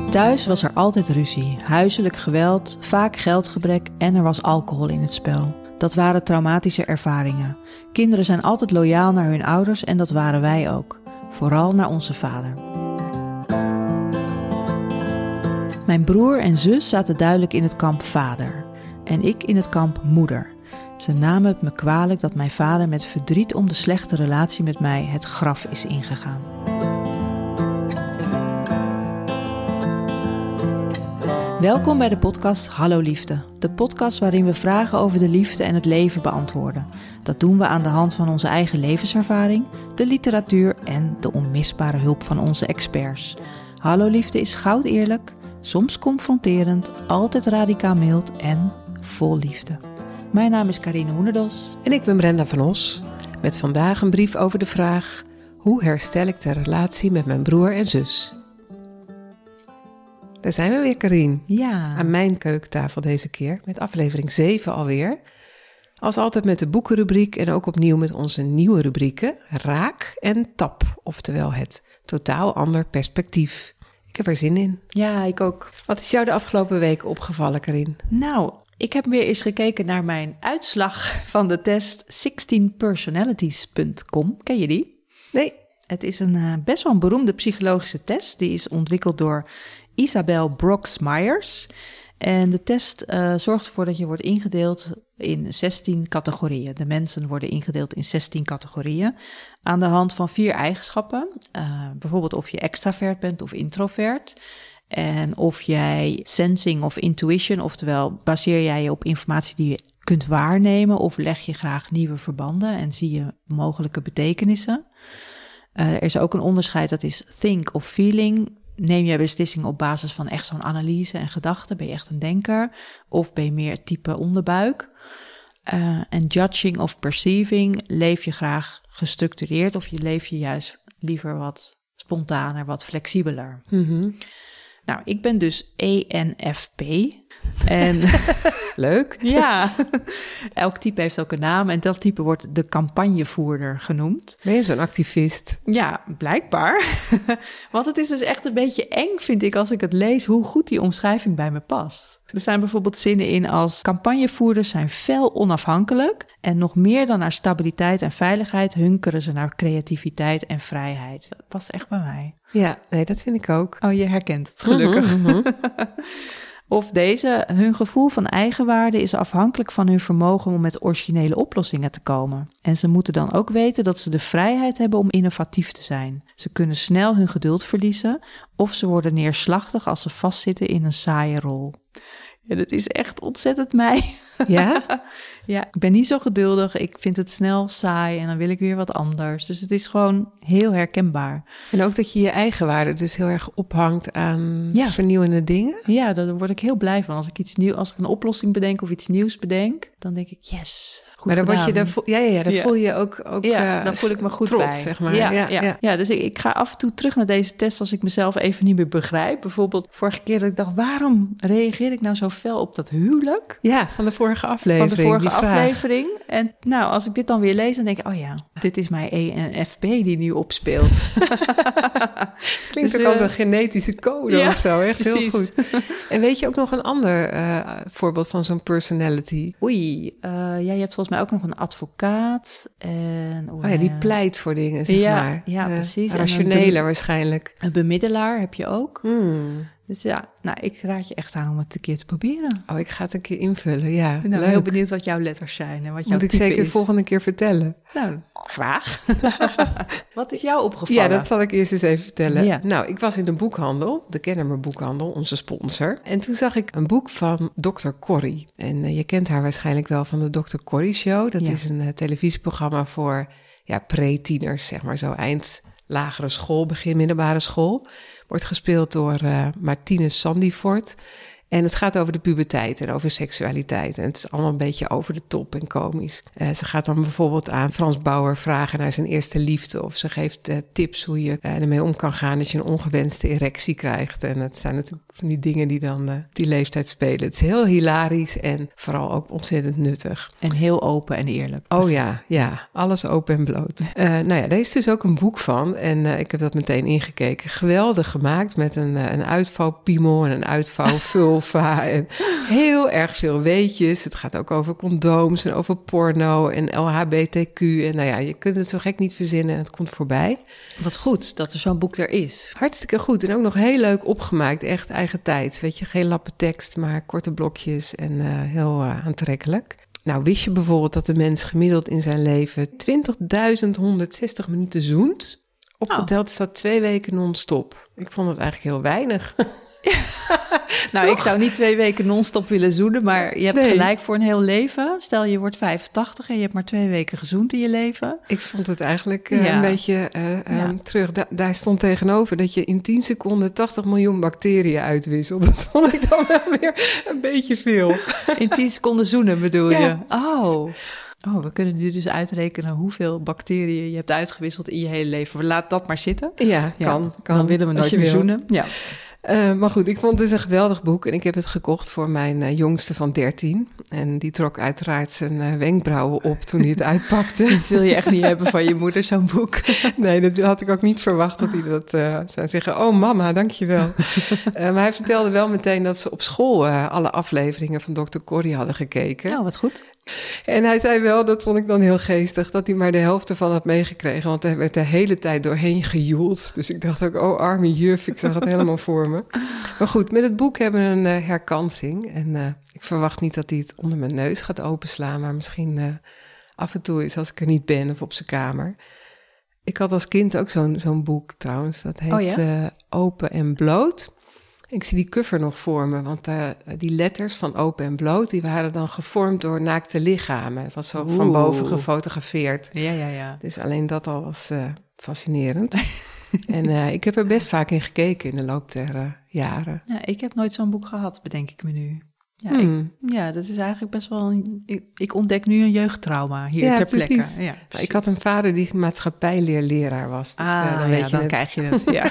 Thuis was er altijd ruzie, huiselijk geweld, vaak geldgebrek en er was alcohol in het spel. Dat waren traumatische ervaringen. Kinderen zijn altijd loyaal naar hun ouders en dat waren wij ook. Vooral naar onze vader. Mijn broer en zus zaten duidelijk in het kamp vader en ik in het kamp moeder. Ze namen het me kwalijk dat mijn vader met verdriet om de slechte relatie met mij het graf is ingegaan. Welkom bij de podcast Hallo Liefde. De podcast waarin we vragen over de liefde en het leven beantwoorden. Dat doen we aan de hand van onze eigen levenservaring, de literatuur en de onmisbare hulp van onze experts. Hallo Liefde is goud eerlijk, soms confronterend, altijd radicaal mild en vol liefde. Mijn naam is Karine Hoenedos. En ik ben Brenda van Os. Met vandaag een brief over de vraag: hoe herstel ik de relatie met mijn broer en zus? Daar zijn we weer, Karine. Ja. Aan mijn keukentafel deze keer, met aflevering 7 alweer. Als altijd met de boekenrubriek en ook opnieuw met onze nieuwe rubrieken Raak en Tap. Oftewel het totaal ander perspectief. Ik heb er zin in. Ja, ik ook. Wat is jou de afgelopen week opgevallen, Karine? Nou, ik heb weer eens gekeken naar mijn uitslag van de test 16personalities.com. Ken je die? Nee. Het is een best wel een beroemde psychologische test. Die is ontwikkeld door Isabel Brooks-Myers. En de test zorgt ervoor dat je wordt ingedeeld in 16 categorieën. De mensen worden ingedeeld in 16 categorieën aan de hand van 4 eigenschappen. Bijvoorbeeld of je extravert bent of introvert. En of jij sensing of intuition, oftewel baseer jij je op informatie die je kunt waarnemen of leg je graag nieuwe verbanden en zie je mogelijke betekenissen. Er is ook een onderscheid, dat is think of feeling. Neem jij beslissingen op basis van echt zo'n analyse en gedachten? Ben je echt een denker? Of ben je meer type onderbuik? En judging of perceiving. Leef je graag gestructureerd of je leef je juist liever wat spontaner, wat flexibeler? Mm-hmm. Nou, ik ben dus ENFP. En leuk. Ja, elk type heeft ook een naam en dat type wordt de campagnevoerder genoemd. Ben je zo'n activist? Ja, blijkbaar. Want het is dus echt een beetje eng, vind ik, als ik het lees, hoe goed die omschrijving bij me past. Er zijn bijvoorbeeld zinnen in als: campagnevoerders zijn fel onafhankelijk en nog meer dan naar stabiliteit en veiligheid hunkeren ze naar creativiteit en vrijheid. Dat past echt bij mij. Ja, nee, dat vind ik ook. Oh, je herkent het gelukkig. Mm-hmm. Of deze, hun gevoel van eigenwaarde is afhankelijk van hun vermogen om met originele oplossingen te komen. En ze moeten dan ook weten dat ze de vrijheid hebben om innovatief te zijn. Ze kunnen snel hun geduld verliezen of ze worden neerslachtig als ze vastzitten in een saaie rol. Ja, dat is echt ontzettend mij. Ja? Ja, ik ben niet zo geduldig. Ik vind het snel saai en dan wil ik weer wat anders. Dus het is gewoon heel herkenbaar. En ook dat je je eigen waarde dus heel erg ophangt aan vernieuwende dingen. Ja, daar word ik heel blij van. Als ik een oplossing bedenk of iets nieuws bedenk, dan denk ik, yes, goed maar dan gedaan. Word je dan voel je je ook dan voel ik me goed trots, bij. zeg maar. Ja, dus ik ga af en toe terug naar deze test als ik mezelf even niet meer begrijp. Bijvoorbeeld vorige keer dat ik dacht, waarom reageer ik nou zo fel op dat huwelijk? Ja, van de vorige aflevering. En nou, als ik dit dan weer lees, dan denk ik, oh ja, dit is mijn ENFP die nu opspeelt. Klinkt dus, ook als een genetische code of zo. Echt precies. Heel goed. En weet je ook nog een ander voorbeeld van zo'n personality? Oei, je hebt volgens mij ook nog een advocaat. En, die pleit voor dingen, zeg maar. Ja, precies. Rationeler waarschijnlijk. Een bemiddelaar heb je ook. Dus ja, nou, ik raad je echt aan om het een keer te proberen. Oh, ik ga het een keer invullen, ja. Ik ben heel benieuwd wat jouw letters zijn en wat jouw Moet ik type zeker is. de volgende keer vertellen? Nou, graag. Wat is jou opgevallen? Ja, dat zal ik eerst eens even vertellen. Ja. Nou, ik was in de boekhandel, de Kennemer Boekhandel, onze sponsor. En toen zag ik een boek van Dr. Corrie. En je kent haar waarschijnlijk wel van de Dr. Corrie Show. Dat is een televisieprogramma voor pre-tieners, zeg maar zo eind lagere school, begin middelbare school. Wordt gespeeld door Martine Sandifort. En het gaat over de puberteit en over seksualiteit. En het is allemaal een beetje over de top en komisch. Ze gaat dan bijvoorbeeld aan Frans Bauer vragen naar zijn eerste liefde. Of ze geeft tips hoe je ermee om kan gaan als je een ongewenste erectie krijgt. En het zijn natuurlijk van die dingen die dan die leeftijd spelen. Het is heel hilarisch en vooral ook ontzettend nuttig. En heel open en eerlijk. Oh ja, alles open en bloot. Daar is dus ook een boek van. En ik heb dat meteen ingekeken. Geweldig gemaakt met een uitvouwpiemel en een uitvouwvulva. En heel erg veel weetjes. Het gaat ook over condooms en over porno en LHBTQ. En je kunt het zo gek niet verzinnen en het komt voorbij. Wat goed dat er zo'n boek er is. Hartstikke goed en ook nog heel leuk opgemaakt. Echt eigen tijd. Weet je, geen lappen tekst, maar korte blokjes en heel aantrekkelijk. Nou, wist je bijvoorbeeld dat de mens gemiddeld in zijn leven 20.160 minuten zoent? Opgeteld is dat 2 weken non-stop. Ik vond het eigenlijk heel weinig. Nou, ik zou niet 2 weken non-stop willen zoenen, maar je hebt gelijk voor een heel leven. Stel, je wordt 85 en je hebt maar 2 weken gezoend in je leven. Ik vond het eigenlijk een beetje terug. Daar stond tegenover dat je in 10 seconden 80 miljoen bacteriën uitwisselt. Dat vond ik dan wel weer een beetje veel. In 10 seconden zoenen bedoel je? Ja. Oh, we kunnen nu dus uitrekenen hoeveel bacteriën je hebt uitgewisseld in je hele leven. Laat dat maar zitten. Ja, kan. Dan willen we nooit meer zoenen. Ja. Maar goed, ik vond het dus een geweldig boek en ik heb het gekocht voor mijn jongste van 13. En die trok uiteraard zijn wenkbrauwen op toen hij het uitpakte. Dat wil je echt niet hebben van je moeder, zo'n boek. Nee, dat had ik ook niet verwacht dat hij dat zou zeggen. Oh mama, dankjewel. Maar hij vertelde wel meteen dat ze op school alle afleveringen van Dr. Corrie hadden gekeken. Nou, wat goed. En hij zei wel, dat vond ik dan heel geestig, dat hij maar de helft ervan had meegekregen. Want hij werd de hele tijd doorheen gejoeld. Dus ik dacht ook, oh arme juf, ik zag het helemaal voor me. Maar goed, met het boek hebben we een herkansing. En ik verwacht niet dat hij het onder mijn neus gaat openslaan. Maar misschien af en toe is als ik er niet ben of op zijn kamer. Ik had als kind ook zo'n boek trouwens. Dat heet Open en Bloot. Ik zie die cover nog voor me, want die letters van open en bloot, die waren dan gevormd door naakte lichamen. Het was zo van boven gefotografeerd. Ja. Dus alleen dat al was fascinerend. En ik heb er best vaak in gekeken in de loop der jaren. Ja, ik heb nooit zo'n boek gehad, bedenk ik me nu. Ja, dat is eigenlijk best wel... Ik ontdek nu een jeugdtrauma hier ter plekke. Ja, precies. Ik had een vader die maatschappijleerleraar was. Dus dan weet je dan het. krijg je het, ja.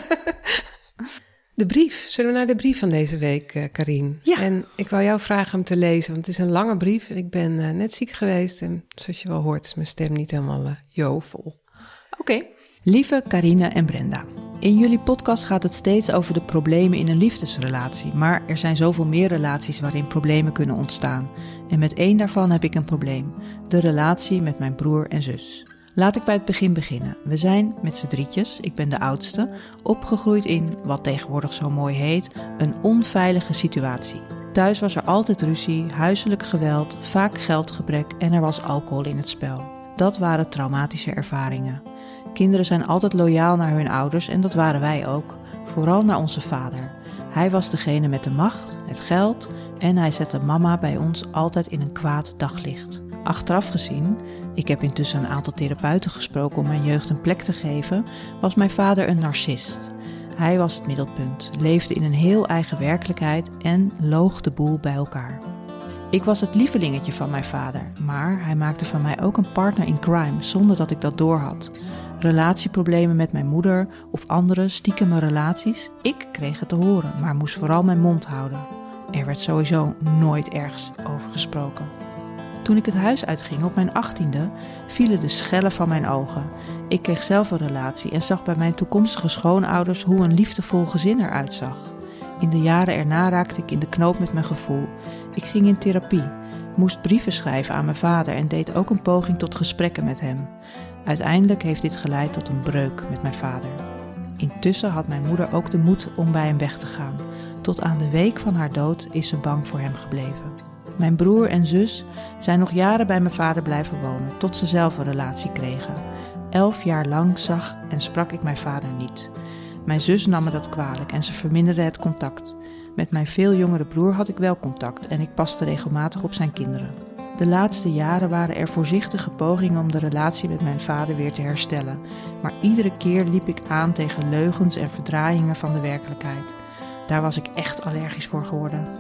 De brief. Zullen we naar de brief van deze week, Karien? Ja. En ik wou jou vragen hem te lezen, want het is een lange brief. En ik ben net ziek geweest en zoals je wel hoort is mijn stem niet helemaal jovel. Oké. Lieve Karine en Brenda. In jullie podcast gaat het steeds over de problemen in een liefdesrelatie. Maar er zijn zoveel meer relaties waarin problemen kunnen ontstaan. En met één daarvan heb ik een probleem. De relatie met mijn broer en zus. Laat ik bij het begin beginnen. We zijn met z'n drietjes, ik ben de oudste, opgegroeid in, wat tegenwoordig zo mooi heet, een onveilige situatie. Thuis was er altijd ruzie, huiselijk geweld, vaak geldgebrek en er was alcohol in het spel. Dat waren traumatische ervaringen. Kinderen zijn altijd loyaal naar hun ouders en dat waren wij ook. Vooral naar onze vader. Hij was degene met de macht, het geld en hij zette mama bij ons altijd in een kwaad daglicht. Achteraf gezien, ik heb intussen een aantal therapeuten gesproken om mijn jeugd een plek te geven, was mijn vader een narcist. Hij was het middelpunt, leefde in een heel eigen werkelijkheid en loog de boel bij elkaar. Ik was het lievelingetje van mijn vader, maar hij maakte van mij ook een partner in crime zonder dat ik dat doorhad. Relatieproblemen met mijn moeder of andere stiekeme relaties, ik kreeg het te horen, maar moest vooral mijn mond houden. Er werd sowieso nooit ergens over gesproken. Toen ik het huis uitging op mijn 18e, vielen de schellen van mijn ogen. Ik kreeg zelf een relatie en zag bij mijn toekomstige schoonouders hoe een liefdevol gezin eruit zag. In de jaren erna raakte ik in de knoop met mijn gevoel. Ik ging in therapie, moest brieven schrijven aan mijn vader en deed ook een poging tot gesprekken met hem. Uiteindelijk heeft dit geleid tot een breuk met mijn vader. Intussen had mijn moeder ook de moed om bij hem weg te gaan. Tot aan de week van haar dood is ze bang voor hem gebleven. Mijn broer en zus zijn nog jaren bij mijn vader blijven wonen, tot ze zelf een relatie kregen. 11 jaar lang zag en sprak ik mijn vader niet. Mijn zus nam me dat kwalijk en ze verminderde het contact. Met mijn veel jongere broer had ik wel contact en ik paste regelmatig op zijn kinderen. De laatste jaren waren er voorzichtige pogingen om de relatie met mijn vader weer te herstellen. Maar iedere keer liep ik aan tegen leugens en verdraaiingen van de werkelijkheid. Daar was ik echt allergisch voor geworden.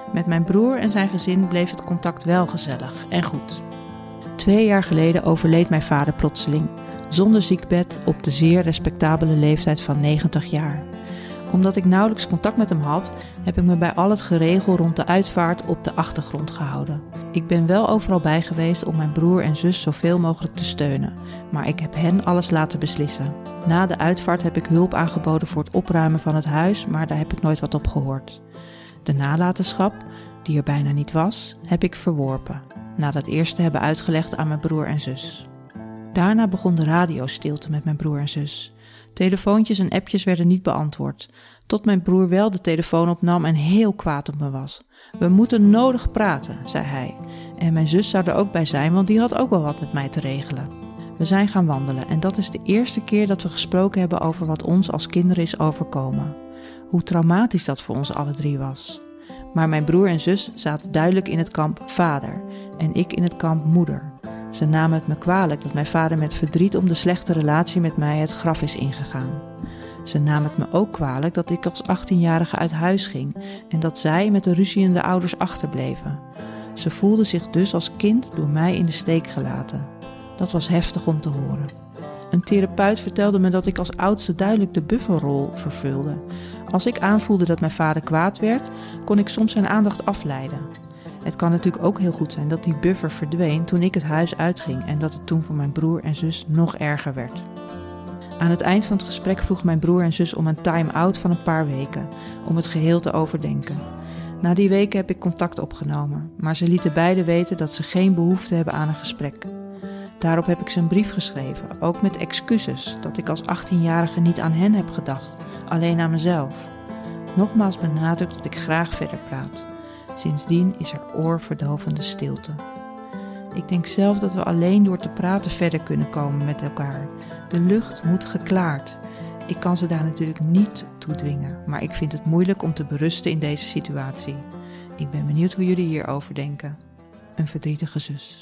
Met mijn broer en zijn gezin bleef het contact wel gezellig en goed. 2 jaar geleden overleed mijn vader plotseling, zonder ziekbed op de zeer respectabele leeftijd van 90 jaar. Omdat ik nauwelijks contact met hem had, heb ik me bij al het geregel rond de uitvaart op de achtergrond gehouden. Ik ben wel overal bij geweest om mijn broer en zus zoveel mogelijk te steunen, maar ik heb hen alles laten beslissen. Na de uitvaart heb ik hulp aangeboden voor het opruimen van het huis, maar daar heb ik nooit wat op gehoord. De nalatenschap, die er bijna niet was, heb ik verworpen, na dat eerst te hebben uitgelegd aan mijn broer en zus. Daarna begon de radiostilte met mijn broer en zus. Telefoontjes en appjes werden niet beantwoord, tot mijn broer wel de telefoon opnam en heel kwaad op me was. We moeten nodig praten, zei hij. En mijn zus zou er ook bij zijn, want die had ook wel wat met mij te regelen. We zijn gaan wandelen en dat is de eerste keer dat we gesproken hebben over wat ons als kinderen is overkomen. Hoe traumatisch dat voor ons alle 3 was. Maar mijn broer en zus zaten duidelijk in het kamp vader en ik in het kamp moeder. Ze namen het me kwalijk dat mijn vader met verdriet om de slechte relatie met mij het graf is ingegaan. Ze namen het me ook kwalijk dat ik als 18-jarige uit huis ging en dat zij met de ruziende ouders achterbleven. Ze voelden zich dus als kind door mij in de steek gelaten. Dat was heftig om te horen. Een therapeut vertelde me dat ik als oudste duidelijk de bufferrol vervulde. Als ik aanvoelde dat mijn vader kwaad werd, kon ik soms zijn aandacht afleiden. Het kan natuurlijk ook heel goed zijn dat die buffer verdween toen ik het huis uitging en dat het toen voor mijn broer en zus nog erger werd. Aan het eind van het gesprek vroeg mijn broer en zus om een time-out van een paar weken, om het geheel te overdenken. Na die weken heb ik contact opgenomen, maar ze lieten beiden weten dat ze geen behoefte hebben aan een gesprek. Daarop heb ik ze een brief geschreven, ook met excuses, dat ik als 18-jarige niet aan hen heb gedacht, alleen aan mezelf. Nogmaals benadrukt dat ik graag verder praat. Sindsdien is er oorverdovende stilte. Ik denk zelf dat we alleen door te praten verder kunnen komen met elkaar. De lucht moet geklaard. Ik kan ze daar natuurlijk niet toe dwingen, maar ik vind het moeilijk om te berusten in deze situatie. Ik ben benieuwd hoe jullie hierover denken. Een verdrietige zus.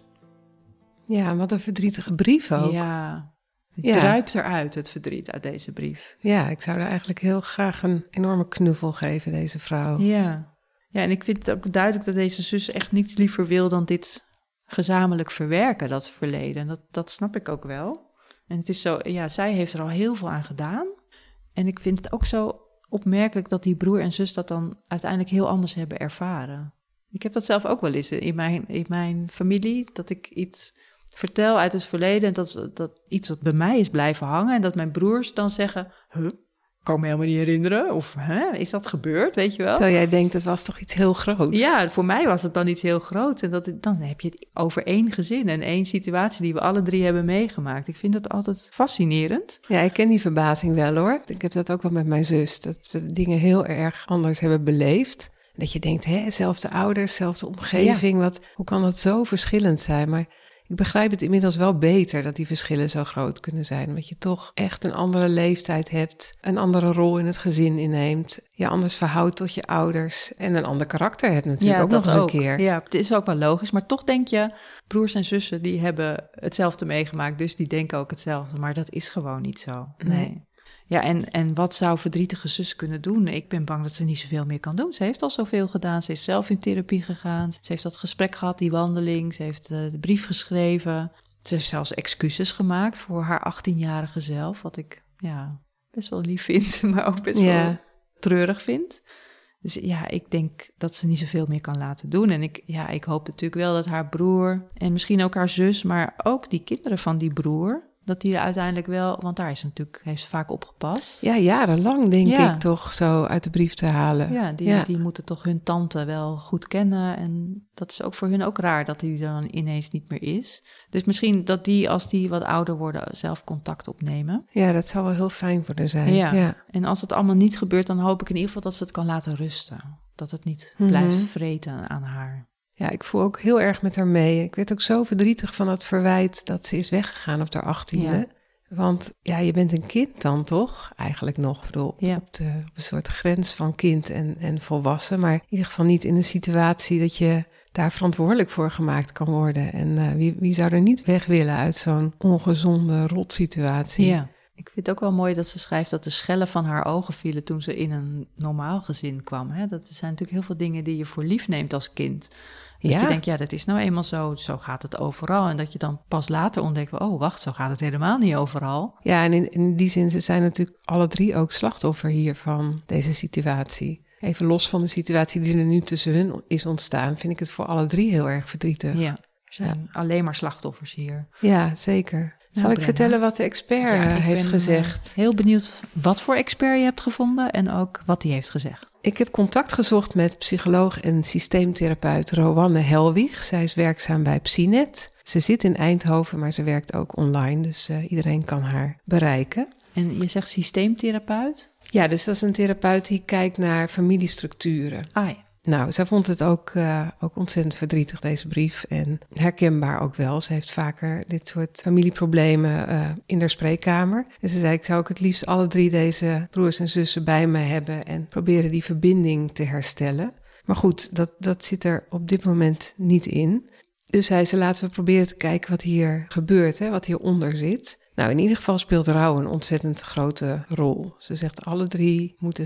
Ja, wat een verdrietige brief ook. Ja, het druipt eruit, het verdriet uit deze brief. Ja, ik zou er eigenlijk heel graag een enorme knuffel geven, deze vrouw. Ja, en ik vind het ook duidelijk dat deze zus echt niets liever wil dan dit gezamenlijk verwerken, dat verleden. Dat snap ik ook wel. En het is zo, ja, zij heeft er al heel veel aan gedaan. En ik vind het ook zo opmerkelijk dat die broer en zus dat dan uiteindelijk heel anders hebben ervaren. Ik heb dat zelf ook wel eens in mijn familie, dat ik iets vertel uit het verleden en dat iets dat bij mij is blijven hangen en dat mijn broers dan zeggen, kan me helemaal niet herinneren, of is dat gebeurd, weet je wel? Terwijl jij denkt, het was toch iets heel groots? Ja, voor mij was het dan iets heel groots en dan heb je het over één gezin en één situatie die we alle 3 hebben meegemaakt. Ik vind dat altijd fascinerend. Ja, ik ken die verbazing wel hoor. Ik heb dat ook wel met mijn zus, dat we dingen heel erg anders hebben beleefd. Dat je denkt, zelfde ouders, zelfde omgeving, Ja. Hoe kan dat zo verschillend zijn? Maar ik begrijp het inmiddels wel beter dat die verschillen zo groot kunnen zijn. Omdat je toch echt een andere leeftijd hebt, een andere rol in het gezin inneemt. Je anders verhoudt tot je ouders en een ander karakter hebt natuurlijk ook nog eens een keer. Ja, het is ook wel logisch. Maar toch denk je, broers en zussen die hebben hetzelfde meegemaakt, dus die denken ook hetzelfde. Maar dat is gewoon niet zo. Nee. Ja, en wat zou verdrietige zus kunnen doen? Ik ben bang dat ze niet zoveel meer kan doen. Ze heeft al zoveel gedaan. Ze heeft zelf in therapie gegaan. Ze heeft dat gesprek gehad, die wandeling. Ze heeft de brief geschreven. Ze heeft zelfs excuses gemaakt voor haar 18-jarige zelf. Wat ik best wel lief vind, maar ook best wel treurig vind. Dus ja, ik denk dat ze niet zoveel meer kan laten doen. En ik hoop natuurlijk wel dat haar broer en misschien ook haar zus, maar ook die kinderen van die broer, dat die er uiteindelijk wel, want daar heeft ze vaak opgepast. Ja, jarenlang denk ik toch zo uit de brief te halen. Ja, die moeten toch hun tante wel goed kennen. En dat is ook voor hun ook raar dat die dan ineens niet meer is. Dus misschien dat die, als die wat ouder worden, zelf contact opnemen. Ja, dat zou wel heel fijn voor haar zijn. Ja. En als het allemaal niet gebeurt, dan hoop ik in ieder geval dat ze het kan laten rusten. Dat het niet blijft vreten aan haar. Ja, ik voel ook heel erg met haar mee. Ik werd ook zo verdrietig van het verwijt dat ze is weggegaan op haar 18e. Ja. Want je bent een kind dan toch? Eigenlijk nog, op een soort grens van kind en volwassen. Maar in ieder geval niet in een situatie dat je daar verantwoordelijk voor gemaakt kan worden. En wie zou er niet weg willen uit zo'n ongezonde rotsituatie? Ja. Ik vind het ook wel mooi dat ze schrijft dat de schellen van haar ogen vielen toen ze in een normaal gezin kwam. Hè? Dat zijn natuurlijk heel veel dingen die je voor lief neemt als kind. Dat je denkt, dat is nou eenmaal zo gaat het overal. En dat je dan pas later ontdekt, oh wacht, zo gaat het helemaal niet overal. Ja, en in die zin, ze zijn natuurlijk alle drie ook slachtoffer hier van deze situatie. Even los van de situatie die er nu tussen hun is ontstaan, vind ik het voor alle drie heel erg verdrietig. Ja, er zijn alleen maar slachtoffers hier. Ja, zeker. Zal ik vertellen wat de expert heeft gezegd? Heel benieuwd wat voor expert je hebt gevonden en ook wat hij heeft gezegd. Ik heb contact gezocht met psycholoog en systeemtherapeut Rowanne Helwig. Zij is werkzaam bij Psynet. Ze zit in Eindhoven, maar ze werkt ook online, dus iedereen kan haar bereiken. En je zegt systeemtherapeut? Ja, dus dat is een therapeut die kijkt naar familiestructuren. Ah ja. Nou, zij vond het ook ontzettend verdrietig, deze brief. En herkenbaar ook wel. Ze heeft vaker dit soort familieproblemen in haar spreekkamer. En ze zei, ik zou ook het liefst alle drie deze broers en zussen bij me hebben en proberen die verbinding te herstellen. Maar goed, dat zit er op dit moment niet in. Dus zei ze, laten we proberen te kijken wat hier gebeurt, wat hieronder zit. Nou, in ieder geval speelt rouw een ontzettend grote rol. Ze zegt, alle drie moeten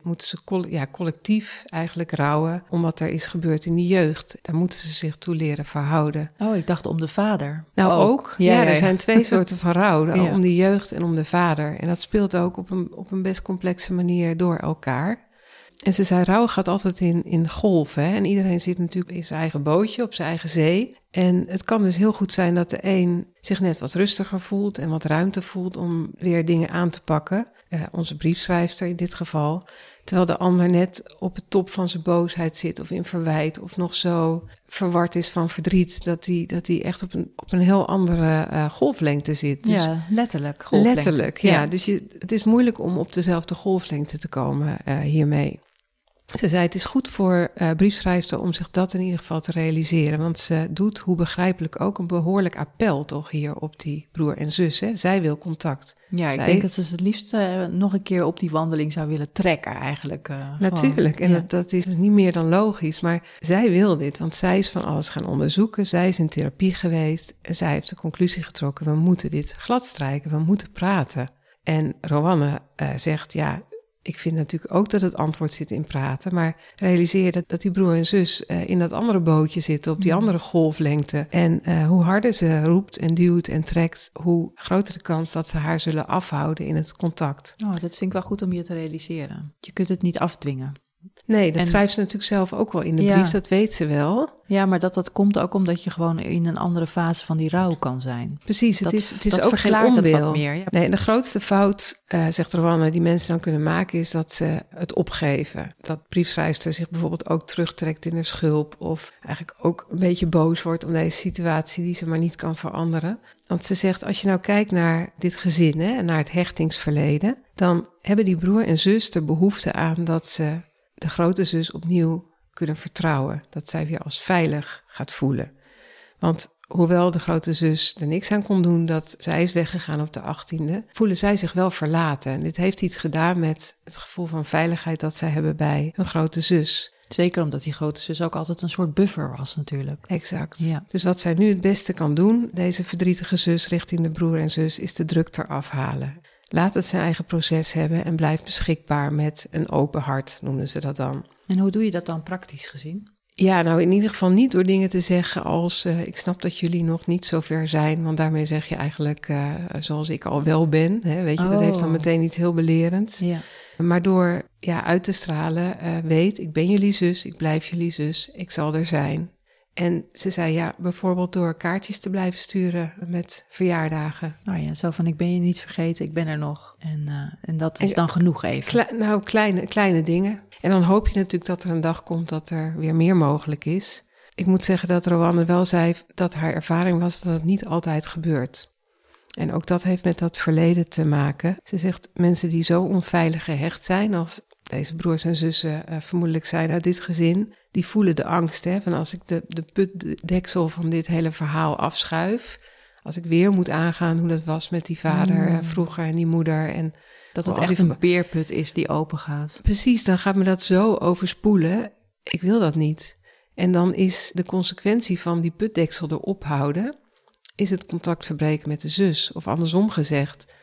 ze collectief eigenlijk rouwen om wat er is gebeurd in de jeugd. Daar moeten ze zich toe leren verhouden. Oh, ik dacht om de vader. Nou, ook. Ja, er zijn twee soorten van rouw. Ja. Om de jeugd en om de vader. En dat speelt ook op een best complexe manier door elkaar. En ze zei, rouw gaat altijd in golven. Hè? En iedereen zit natuurlijk in zijn eigen bootje, op zijn eigen zee. En het kan dus heel goed zijn dat de een zich net wat rustiger voelt en wat ruimte voelt om weer dingen aan te pakken. Onze briefschrijfster in dit geval. Terwijl de ander net op het top van zijn boosheid zit of in verwijt of nog zo verward is van verdriet. Dat hij echt op een heel andere golflengte zit. Dus ja, letterlijk golflengte. Letterlijk, ja. Dus het is moeilijk om op dezelfde golflengte te komen hiermee. Ze zei, het is goed voor briefschrijfster om zich dat in ieder geval te realiseren. Want ze doet, hoe begrijpelijk ook, een behoorlijk appel toch hier op die broer en zus. Hè? Zij wil contact. Ja, ik denk dat ze het liefst nog een keer op die wandeling zou willen trekken eigenlijk. Natuurlijk, gewoon. En dat is niet meer dan logisch. Maar zij wil dit, want zij is van alles gaan onderzoeken. Zij is in therapie geweest en zij heeft de conclusie getrokken. We moeten dit gladstrijken, we moeten praten. En Rowanne zegt, ik vind natuurlijk ook dat het antwoord zit in praten. Maar realiseer je dat die broer en zus in dat andere bootje zitten, op die andere golflengte. En hoe harder ze roept en duwt en trekt, hoe groter de kans dat ze haar zullen afhouden in het contact. Oh, dat vind ik wel goed om je te realiseren. Je kunt het niet afdwingen. Nee, dat schrijft ze natuurlijk zelf ook wel in de brief, dat weet ze wel. Ja, maar dat komt ook omdat je gewoon in een andere fase van die rouw kan zijn. Precies, het is ook geen onwil. Het wat meer. Ja. Nee, de grootste fout, zegt Rowanne, die mensen dan kunnen maken, is dat ze het opgeven. Dat briefschrijfster zich bijvoorbeeld ook terugtrekt in haar schulp, of eigenlijk ook een beetje boos wordt om deze situatie die ze maar niet kan veranderen. Want ze zegt, als je nou kijkt naar dit gezin en naar het hechtingsverleden, dan hebben die broer en zus er behoefte aan dat ze de grote zus opnieuw kunnen vertrouwen. Dat zij weer als veilig gaat voelen. Want hoewel de grote zus er niks aan kon doen dat zij is weggegaan op de 18e, voelen zij zich wel verlaten. En dit heeft iets gedaan met het gevoel van veiligheid dat zij hebben bij hun grote zus. Zeker omdat die grote zus ook altijd een soort buffer was natuurlijk. Exact. Ja. Dus wat zij nu het beste kan doen, deze verdrietige zus richting de broer en zus, is de druk eraf halen. Laat het zijn eigen proces hebben en blijf beschikbaar met een open hart, noemden ze dat dan. En hoe doe je dat dan praktisch gezien? Ja, nou in ieder geval niet door dingen te zeggen als ik snap dat jullie nog niet zo ver zijn. Want daarmee zeg je eigenlijk zoals ik al wel ben. Hè, weet je, dat heeft dan meteen iets heel belerends. Ja. Maar door uit te stralen, weet ik ben jullie zus, ik blijf jullie zus, ik zal er zijn. En ze zei bijvoorbeeld door kaartjes te blijven sturen met verjaardagen. Oh ja, zo van ik ben je niet vergeten, ik ben er nog. En dat is dan genoeg even. Kleine dingen. En dan hoop je natuurlijk dat er een dag komt dat er weer meer mogelijk is. Ik moet zeggen dat Rowanne wel zei dat haar ervaring was dat het niet altijd gebeurt. En ook dat heeft met dat verleden te maken. Ze zegt mensen die zo onveilig gehecht zijn als deze broers en zussen vermoedelijk zijn uit dit gezin, die voelen de angst. Hè, van als ik de putdeksel van dit hele verhaal afschuif, als ik weer moet aangaan hoe dat was met die vader vroeger en die moeder. En dat het echt een beerput is die open gaat. Precies, dan gaat me dat zo overspoelen. Ik wil dat niet. En dan is de consequentie van die putdeksel erop houden, is het contact verbreken met de zus. Of andersom gezegd,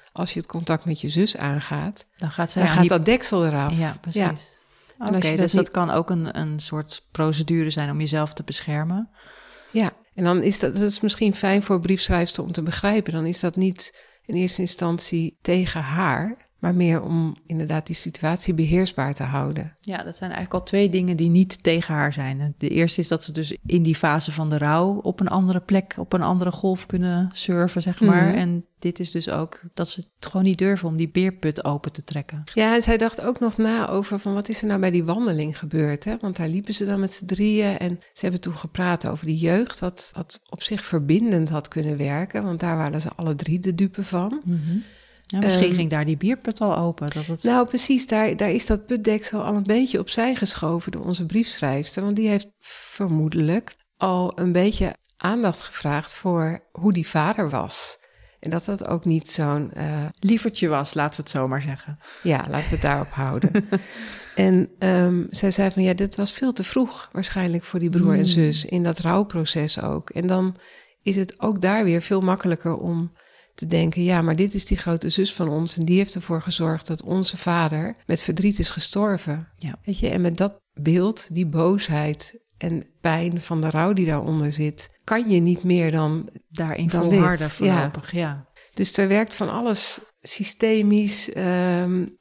als je het contact met je zus aangaat, Dan gaat dat deksel eraf. Ja, precies. Ja. Oké, dus dat kan ook een soort procedure zijn om jezelf te beschermen. Ja, en dan is dat is misschien fijn voor briefschrijfster om te begrijpen. Dan is dat niet in eerste instantie tegen haar, maar meer om inderdaad die situatie beheersbaar te houden. Ja, dat zijn eigenlijk al 2 dingen die niet tegen haar zijn. De eerste is dat ze dus in die fase van de rouw op een andere plek, op een andere golf kunnen surfen, zeg maar. Mm-hmm. En dit is dus ook dat ze het gewoon niet durven om die beerput open te trekken. Ja, en zij dacht ook nog na over van wat is er nou bij die wandeling gebeurd, hè? Want daar liepen ze dan met z'n drieën en ze hebben toen gepraat over die jeugd, wat op zich verbindend had kunnen werken, want daar waren ze alle 3 de dupe van. Mm-hmm. Ja, misschien ging daar die bierput al open. Nou, precies, daar is dat putdeksel al een beetje opzij geschoven door onze briefschrijfster. Want die heeft vermoedelijk al een beetje aandacht gevraagd voor hoe die vader was. En dat ook niet zo'n... lievertje was, laten we het zo maar zeggen. Ja, laten we het daarop houden. En zij zei van dit was veel te vroeg waarschijnlijk voor die broer en zus. In dat rouwproces ook. En dan is het ook daar weer veel makkelijker om te denken, ja, maar dit is die grote zus van ons en die heeft ervoor gezorgd dat onze vader met verdriet is gestorven. Ja. Weet je, en met dat beeld, die boosheid en pijn van de rouw die daaronder zit, kan je niet meer dan daarin volharden voorlopig, ja. Dus er werkt van alles systemisch. En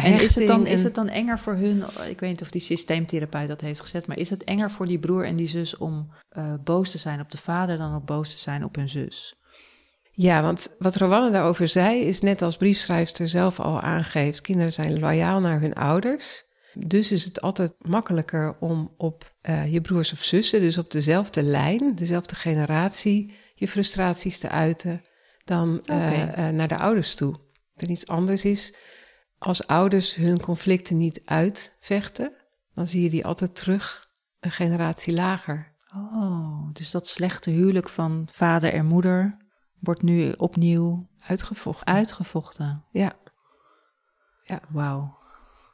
is het dan enger voor hun, ik weet niet of die systeemtherapeut dat heeft gezet, maar is het enger voor die broer en die zus om boos te zijn op de vader dan op boos te zijn op hun zus? Ja, want wat Rowanne daarover zei is net als briefschrijfster zelf al aangeeft, kinderen zijn loyaal naar hun ouders. Dus is het altijd makkelijker om op je broers of zussen, dus op dezelfde lijn, dezelfde generatie, je frustraties te uiten dan naar de ouders toe. Er iets anders is, als ouders hun conflicten niet uitvechten, dan zie je die altijd terug een generatie lager. Oh, dus dat slechte huwelijk van vader en moeder wordt nu opnieuw uitgevochten. Ja. Wauw.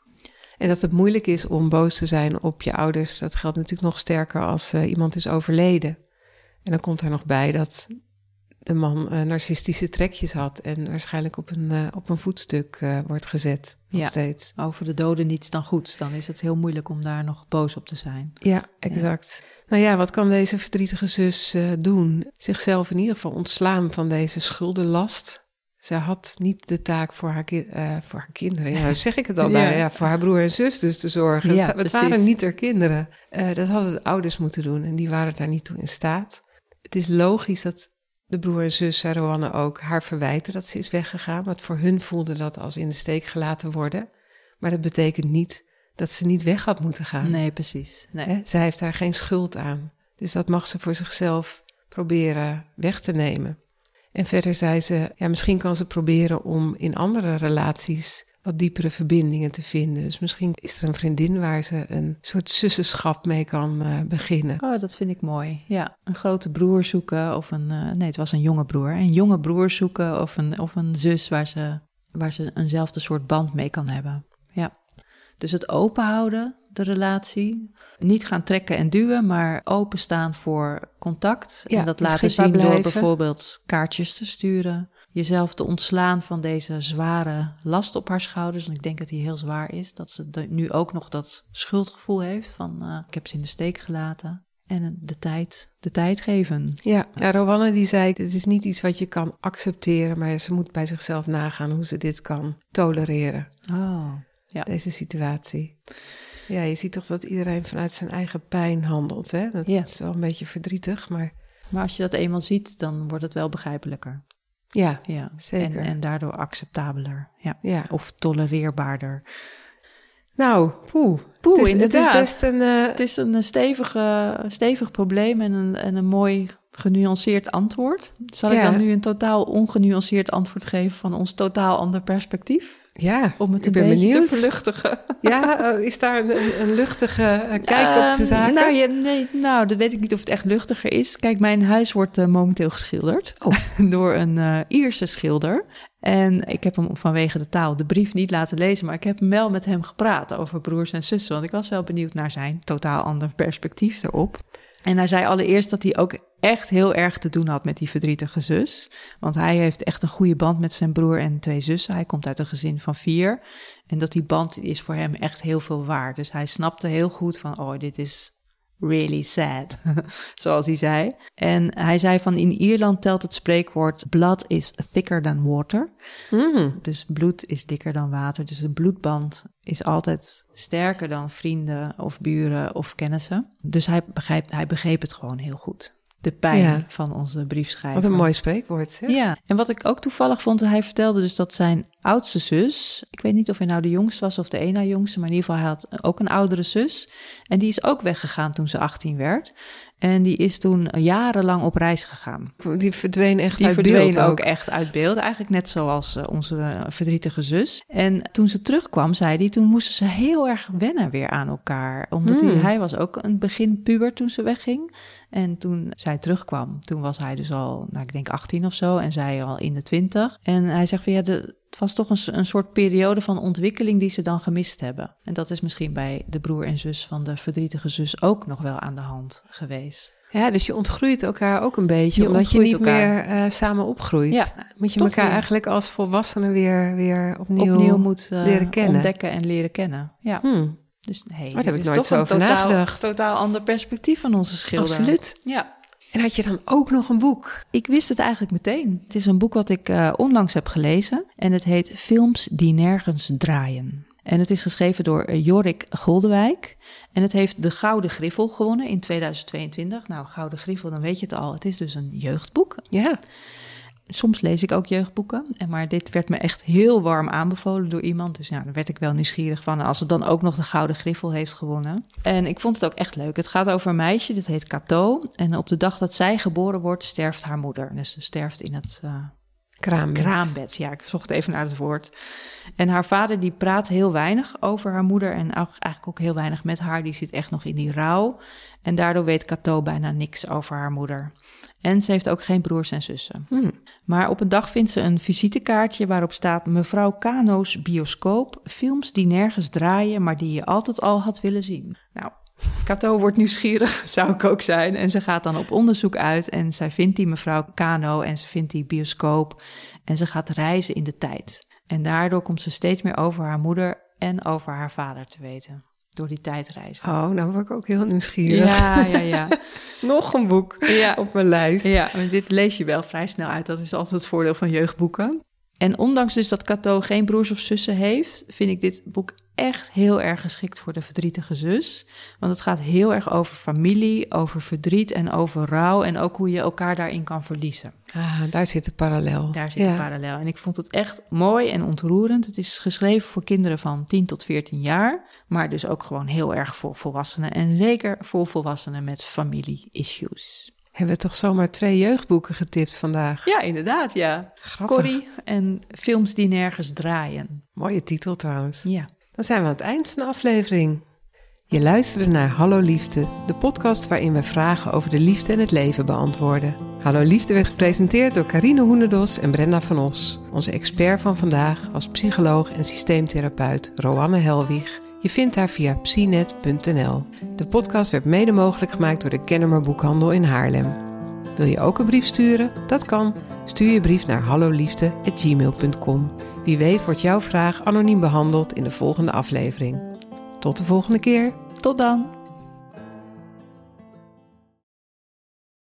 En dat het moeilijk is om boos te zijn op je ouders, dat geldt natuurlijk nog sterker als iemand is overleden. En dan komt er nog bij dat de man narcistische trekjes had en waarschijnlijk op een voetstuk wordt gezet. Nog steeds. Over de doden niets dan goeds. Dan is het heel moeilijk om daar nog boos op te zijn. Ja, exact. Ja. Nou ja, wat kan deze verdrietige zus doen? Zichzelf in ieder geval ontslaan van deze schuldenlast. Ze had niet de taak voor haar kinderen. Ja, zeg ik het al bijna. Ja, voor haar broer en zus dus te zorgen. Ja, het waren niet haar kinderen. Dat hadden de ouders moeten doen en die waren daar niet toe in staat. Het is logisch dat de broer en zus, zei Rowanne ook, haar verwijten dat ze is weggegaan. Want voor hun voelde dat als in de steek gelaten worden. Maar dat betekent niet dat ze niet weg had moeten gaan. Nee, precies. Nee. Zij heeft daar geen schuld aan. Dus dat mag ze voor zichzelf proberen weg te nemen. En verder zei ze, misschien kan ze proberen om in andere relaties wat diepere verbindingen te vinden. Dus misschien is er een vriendin waar ze een soort zussenschap mee kan beginnen. Oh, dat vind ik mooi. Ja, een grote broer zoeken of het was een jonge broer. Een jonge broer zoeken of een zus waar ze eenzelfde soort band mee kan hebben. Ja. Dus het open houden, de relatie. Niet gaan trekken en duwen, maar openstaan voor contact. Ja, en dat laten zien blijven. door bijvoorbeeld kaartjes te sturen. Jezelf te ontslaan van deze zware last op haar schouders. En ik denk dat die heel zwaar is. Dat ze nu ook nog dat schuldgevoel heeft van ik heb ze in de steek gelaten. En de tijd geven. Ja, Rowanne die zei, het is niet iets wat je kan accepteren, maar ze moet bij zichzelf nagaan hoe ze dit kan tolereren. Oh, ja. Deze situatie. Ja, je ziet toch dat iedereen vanuit zijn eigen pijn handelt, hè? Dat is wel een beetje verdrietig, maar... Maar als je dat eenmaal ziet, dan wordt het wel begrijpelijker. Ja, zeker. En daardoor acceptabeler. Ja. Of tolereerbaarder. Nou, inderdaad. Het is een stevig probleem en een mooi genuanceerd antwoord. Zal ik dan nu een totaal ongenuanceerd antwoord geven van ons totaal ander perspectief? Ja, om het een beetje benieuwd. te verluchtigen. Ja, is daar een luchtige kijk op de zaken? Dat weet ik niet of het echt luchtiger is. Kijk, mijn huis wordt momenteel geschilderd door een Ierse schilder. En ik heb hem vanwege de taal de brief niet laten lezen, maar ik heb wel met hem gepraat over broers en zussen, want ik was wel benieuwd naar zijn totaal ander perspectief erop. En hij zei allereerst dat hij ook echt heel erg te doen had met die verdrietige zus. Want hij heeft echt een goede band met zijn broer en 2 zussen. Hij komt uit een gezin van 4. En dat die band is voor hem echt heel veel waard. Dus hij snapte heel goed van, dit is really sad, zoals hij zei. En hij zei van, in Ierland telt het spreekwoord blood is thicker than water. Dus bloed is dikker dan water. Dus de bloedband is altijd sterker dan vrienden of buren of kennissen. Dus hij begreep het gewoon heel goed. De pijn van onze briefschrijver. Wat een mooi spreekwoord, zeg. Ja, en wat ik ook toevallig vond, hij vertelde dus dat zijn oudste zus, ik weet niet of hij nou de jongste was of de ene jongste, maar in ieder geval hij had ook een oudere zus. En die is ook weggegaan toen ze 18 werd. En die is toen jarenlang op reis gegaan. Die verdween echt uit beeld. Die verdween ook echt uit beeld. Eigenlijk net zoals onze verdrietige zus. En toen ze terugkwam, zei hij, toen moesten ze heel erg wennen weer aan elkaar. Omdat hij was ook een begin puber toen ze wegging. En toen zij terugkwam, toen was hij dus al, ik denk 18 of zo. En zij al in de 20. En hij zegt van het was toch een soort periode van ontwikkeling die ze dan gemist hebben. En dat is misschien bij de broer en zus van de verdrietige zus ook nog wel aan de hand geweest. Ja, dus je ontgroeit elkaar ook een beetje, omdat je niet meer samen opgroeit. Ja, moet je elkaar eigenlijk als volwassenen weer opnieuw moet leren kennen. Ontdekken en leren kennen. Ja. Dus daar heb ik nooit zo over nagedacht. Totaal ander perspectief van onze schilder. Absoluut. Ja. En had je dan ook nog een boek? Ik wist het eigenlijk meteen. Het is een boek wat ik onlangs heb gelezen. En het heet Films die nergens draaien. En het is geschreven door Jorik Goldewijk. En het heeft de Gouden Griffel gewonnen in 2022. Nou, Gouden Griffel, dan weet je het al. Het is dus een jeugdboek. Ja. Soms lees ik ook jeugdboeken. Maar dit werd me echt heel warm aanbevolen door iemand. Dus daar werd ik wel nieuwsgierig van. Als het dan ook nog de Gouden Griffel heeft gewonnen. En ik vond het ook echt leuk. Het gaat over een meisje, dat heet Cato. En op de dag dat zij geboren wordt, sterft haar moeder. Dus ze sterft in het kraambed. Ja, ik zocht even naar het woord. En haar vader die praat heel weinig over haar moeder. En eigenlijk ook heel weinig met haar. Die zit echt nog in die rouw. En daardoor weet Cato bijna niks over haar moeder. En ze heeft ook geen broers en zussen. Maar op een dag vindt ze een visitekaartje waarop staat mevrouw Kano's bioscoop. Films die nergens draaien, maar die je altijd al had willen zien. Nou, Cato wordt nieuwsgierig, zou ik ook zijn. En ze gaat dan op onderzoek uit en zij vindt die mevrouw Kano en ze vindt die bioscoop. En ze gaat reizen in de tijd. En daardoor komt ze steeds meer over haar moeder en over haar vader te weten. Door die tijdreizen. Oh, nou word ik ook heel nieuwsgierig. Ja. Nog een boek op mijn lijst. Ja, dit lees je wel vrij snel uit. Dat is altijd het voordeel van jeugdboeken. En ondanks dus dat Cato geen broers of zussen heeft, vind ik dit boek echt heel erg geschikt voor de verdrietige zus. Want het gaat heel erg over familie, over verdriet en over rouw. En ook hoe je elkaar daarin kan verliezen. Daar zit de parallel. Daar zit de parallel. En ik vond het echt mooi en ontroerend. Het is geschreven voor kinderen van 10 tot 14 jaar. Maar dus ook gewoon heel erg voor volwassenen. En zeker voor volwassenen met familie-issues. Hebben we toch zomaar 2 jeugdboeken getipt vandaag? Ja, inderdaad, ja. Grappig. Corrie en Films die nergens draaien. Mooie titel trouwens. Ja. Dan zijn we aan het eind van de aflevering. Je luisterde naar Hallo Liefde, de podcast waarin we vragen over de liefde en het leven beantwoorden. Hallo Liefde werd gepresenteerd door Carine Hoenderdos en Brenda van Os. Onze expert van vandaag was psycholoog en systeemtherapeut Roanne Helwig. Je vindt haar via psinet.nl. De podcast werd mede mogelijk gemaakt door de Kennemer Boekhandel in Haarlem. Wil je ook een brief sturen? Dat kan. Stuur je brief naar halloliefde@gmail.com. Wie weet wordt jouw vraag anoniem behandeld in de volgende aflevering. Tot de volgende keer. Tot dan.